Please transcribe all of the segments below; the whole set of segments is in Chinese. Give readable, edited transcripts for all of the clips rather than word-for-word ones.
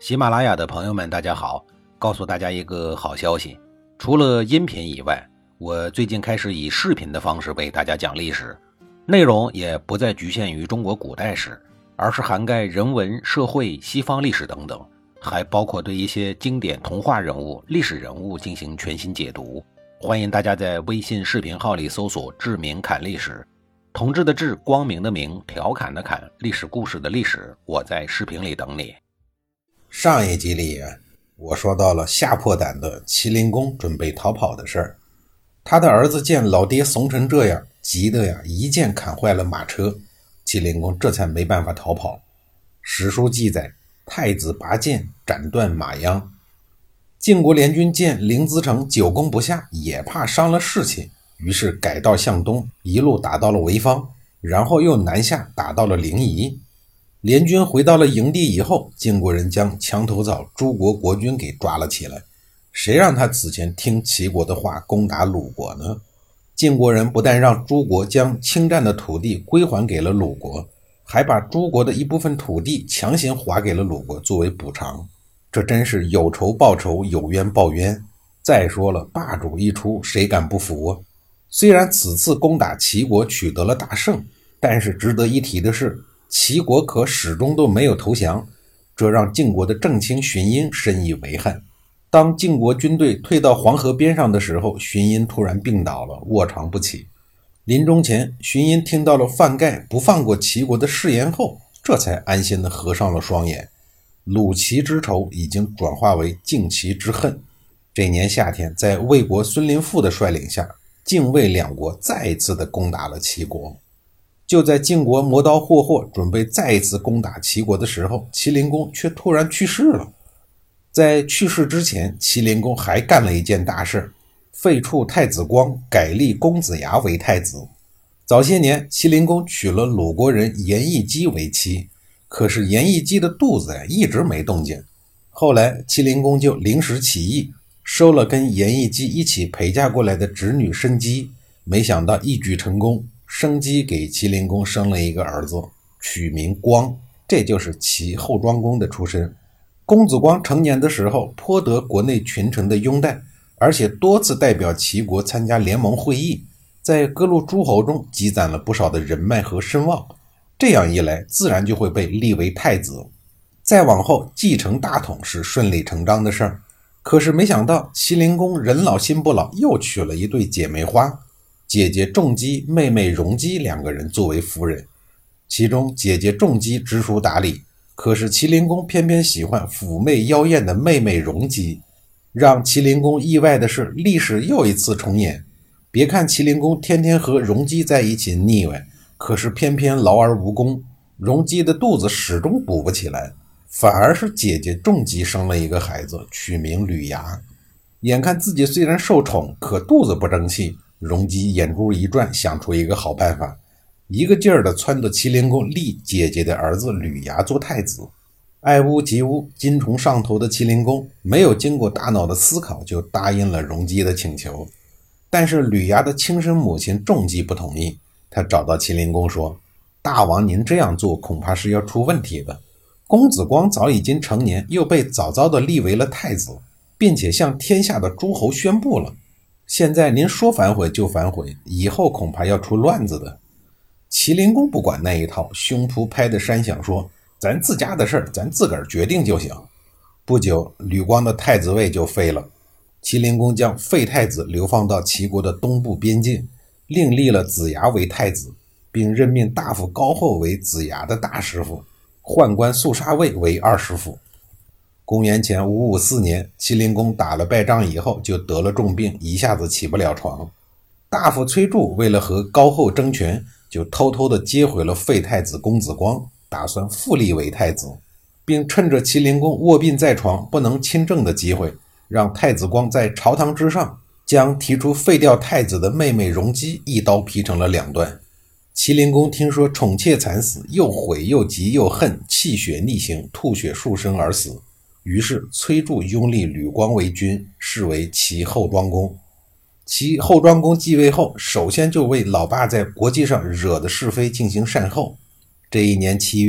喜马拉雅的朋友们大家好，告诉大家一个好消息，除了音频以外，我最近开始以视频的方式为大家讲历史，内容也不再局限于中国古代史，而是涵盖人文、社会、西方历史等等，还包括对一些经典童话人物、历史人物进行全新解读。欢迎大家在微信视频号里搜索志明侃历史，同志的志，光明的明，调侃的侃，历史故事的历史，我在视频里等你。 上一集里我说到了吓破胆的麒麟公准备逃跑的事儿。他的儿子见老爹怂成这样，急得一剑砍坏了马车，麒麟公这才没办法逃跑。史书记载，太子拔剑斩断马秧。晋国联军见临淄城久攻不下，也怕伤了士气，于是改道向东，一路打到了潍坊，然后又南下打到了临沂。联军回到了营地以后，晋国人将墙头草诸国国君给抓了起来。谁让他此前听齐国的话攻打鲁国呢？晋国人不但让诸国将侵占的土地归还给了鲁国，还把诸国的一部分土地强行划给了鲁国作为补偿。这真是有仇报仇，有冤报冤。再说了，霸主一出，谁敢不服？虽然此次攻打齐国取得了大胜，但是值得一提的是，齐国可始终都没有投降，这让晋国的正卿荀寅深以为恨。当晋国军队退到黄河边上的时候，荀寅突然病倒了，卧床不起。临终前，荀寅听到了范盖不放过齐国的誓言后，这才安心地合上了双眼。鲁齐之仇已经转化为晋齐之恨。这年夏天，在魏国孙林父的率领下，晋魏两国再一次地攻打了齐国。就在晋国磨刀霍霍准备再一次攻打齐国的时候，麒麟公却突然去世了。在去世之前，麒麟公还干了一件大事，废黜太子光，改立公子牙为太子。早些年，麒麟公娶了鲁国人颜义姬为妻，可是颜义姬的肚子一直没动静。后来麒麟公就临时起意，收了跟颜义姬一起陪嫁过来的侄女申姬，没想到一举成功，申姬给麒麟公生了一个儿子，取名光，这就是齐后庄公的出身。公子光成年的时候颇得国内群臣的拥戴，而且多次代表齐国参加联盟会议，在各路诸侯中积攒了不少的人脉和声望，这样一来自然就会被立为太子。再往后继承大统是顺理成章的事儿。可是没想到麒麟公人老心不老，又娶了一对姐妹花，姐姐仲姬、妹妹荣姬两个人作为夫人。其中姐姐仲姬知书达理，可是麒麟公偏偏喜欢妩媚妖艳的妹妹荣姬。让麒麟公意外的是，历史又一次重演。别看麒麟公天天和荣姬在一起腻歪，可是偏偏劳而无功，荣姬的肚子始终补不起来，反而是姐姐仲姬生了一个孩子，取名吕牙。眼看自己虽然受宠，可肚子不争气，荣姬眼珠一转，想出一个好办法，一个劲儿地撺掇麒麟公立姐姐的儿子吕牙做太子。爱屋及乌、金虫上头的麒麟公没有经过大脑的思考，就答应了荣姬的请求。但是吕牙的亲生母亲仲姬不同意，她找到麒麟公说，大王您这样做恐怕是要出问题的。公子光早已经成年，又被早早地立为了太子，并且向天下的诸侯宣布了，现在您说反悔就反悔，以后恐怕要出乱子的。麒麟公不管那一套，胸脯拍得山响说，咱自家的事儿咱自个儿决定就行。不久，吕光的太子位就废了。麒麟公将废太子流放到齐国的东部边境，另立了子牙为太子，并任命大夫高后为子牙的大师傅，宦官肃杀卫为二师傅。公元前554年，麒麟公打了败仗以后就得了重病，一下子起不了床。大夫崔杼为了和高后争权，就偷偷地接回了废太子公子光，打算复立为太子，并趁着麒麟公卧病在床不能亲政的机会，让太子光在朝堂之上将提出废掉太子的妹妹荣姬一刀劈成了两段。麒麟公听说宠妾惨死，又悔又急又恨，气血逆行，吐血数升而死。于是崔杼拥立吕光为君，是为齐后庄公。齐后庄公继位后，首先就为老爸在国际上惹的是非进行善后。这一年7月，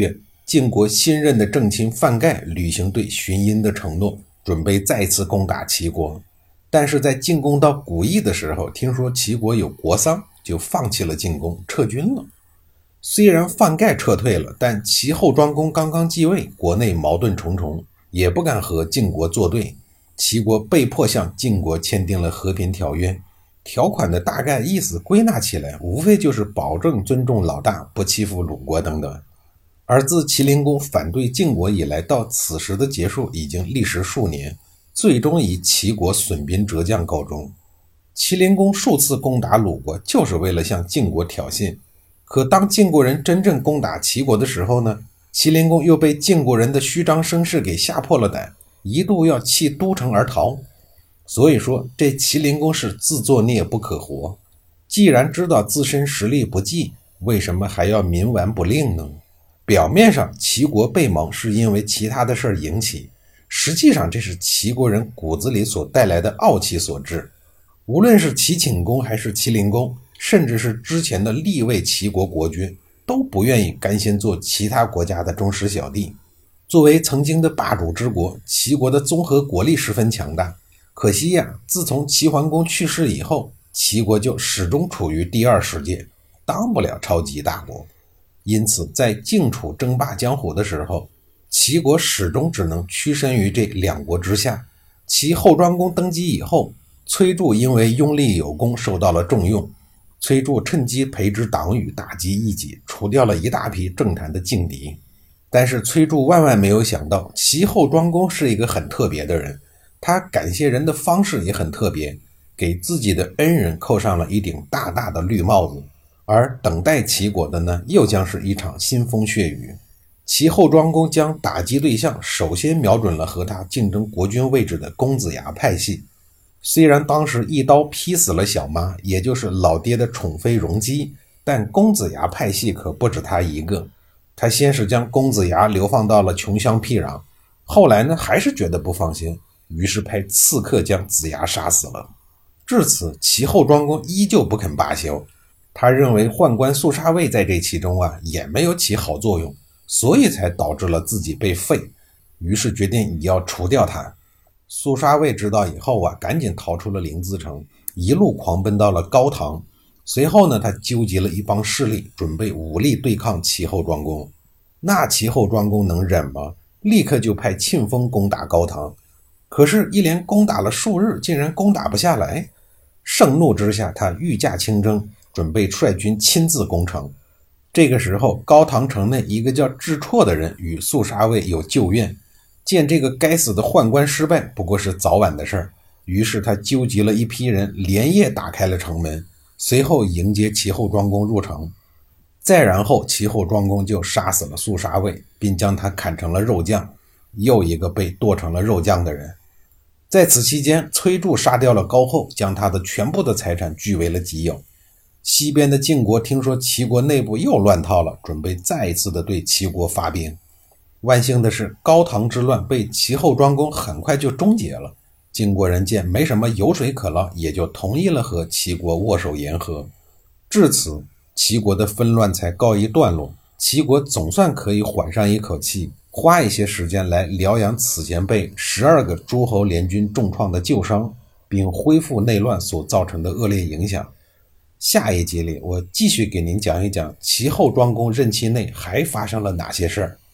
晋国新任的正卿范盖履行对荀寅的承诺，准备再次攻打齐国。但是在进攻到古邑的时候，听说齐国有国丧，就放弃了进攻，撤军了。虽然范盖撤退了，但齐后庄公刚刚继位，国内矛盾重重，也不敢和晋国作对。齐国被迫向晋国签订了和平条约，条款的大概意思归纳起来，无非就是保证尊重老大，不欺负鲁国等等。而自齐灵公反对晋国以来，到此时的结束已经历时数年，最终以齐国损兵折将告终。齐灵公数次攻打鲁国，就是为了向晋国挑衅。可当晋国人真正攻打齐国的时候呢，齐灵公又被晋国人的虚张声势给吓破了胆，一度要弃都城而逃。所以说这齐灵公是自作孽不可活，既然知道自身实力不济，为什么还要冥顽不灵呢？表面上齐国被蒙是因为其他的事引起，实际上这是齐国人骨子里所带来的傲气所致。无论是齐顷公还是齐灵公，甚至是之前的历位齐国国君，都不愿意甘心做其他国家的忠实小弟。作为曾经的霸主之国，齐国的综合国力十分强大，可惜呀，自从齐桓公去世以后，齐国就始终处于第二世界，当不了超级大国。因此在晋楚争霸江湖的时候，齐国始终只能屈身于这两国之下。齐后庄公登基以后，崔杼因为拥立有功受到了重用，崔杼趁机培植党羽，打击异己，除掉了一大批政坛的劲敌。但是崔杼万万没有想到，齐后庄公是一个很特别的人，他感谢人的方式也很特别，给自己的恩人扣上了一顶大大的绿帽子。而等待齐国的呢，又将是一场腥风血雨。齐后庄公将打击对象首先瞄准了和他竞争国君位置的公子牙派系。虽然当时一刀劈死了小妈，也就是老爹的宠妃容姬，但公子牙派系可不止他一个。他先是将公子牙流放到了穷乡僻壤，后来呢还是觉得不放心，于是派刺客将子牙杀死了。至此齐后庄公依旧不肯罢休，他认为宦官肃杀卫在这其中也没有起好作用，所以才导致了自己被废，于是决定也要除掉他。肃杀卫知道以后赶紧逃出了临淄城，一路狂奔到了高唐。随后呢，他纠集了一帮势力，准备武力对抗齐后庄公。那齐后庄公能忍吗？立刻就派庆丰攻打高唐。可是一连攻打了数日，竟然攻打不下来。盛怒之下，他御驾亲征，准备率军亲自攻城。这个时候，高唐城内一个叫智绰的人与肃杀卫有旧怨，见这个该死的宦官失败不过是早晚的事儿，于是他纠集了一批人，连夜打开了城门，随后迎接齐后庄公入城。再然后齐后庄公就杀死了肃杀卫，并将他砍成了肉酱，又一个被剁成了肉酱的人。在此期间，崔杼杀掉了高后，将他的全部的财产据为了己有。西边的晋国听说齐国内部又乱套了，准备再一次的对齐国发兵。万幸的是，高唐之乱被齐后庄公很快就终结了。晋国人见没什么油水可捞，也就同意了和齐国握手言和。至此，齐国的纷乱才告一段落，齐国总算可以缓上一口气，花一些时间来疗养此前被12个诸侯联军重创的旧伤，并恢复内乱所造成的恶劣影响。下一集里，我继续给您讲一讲齐后庄公任期内还发生了哪些事儿。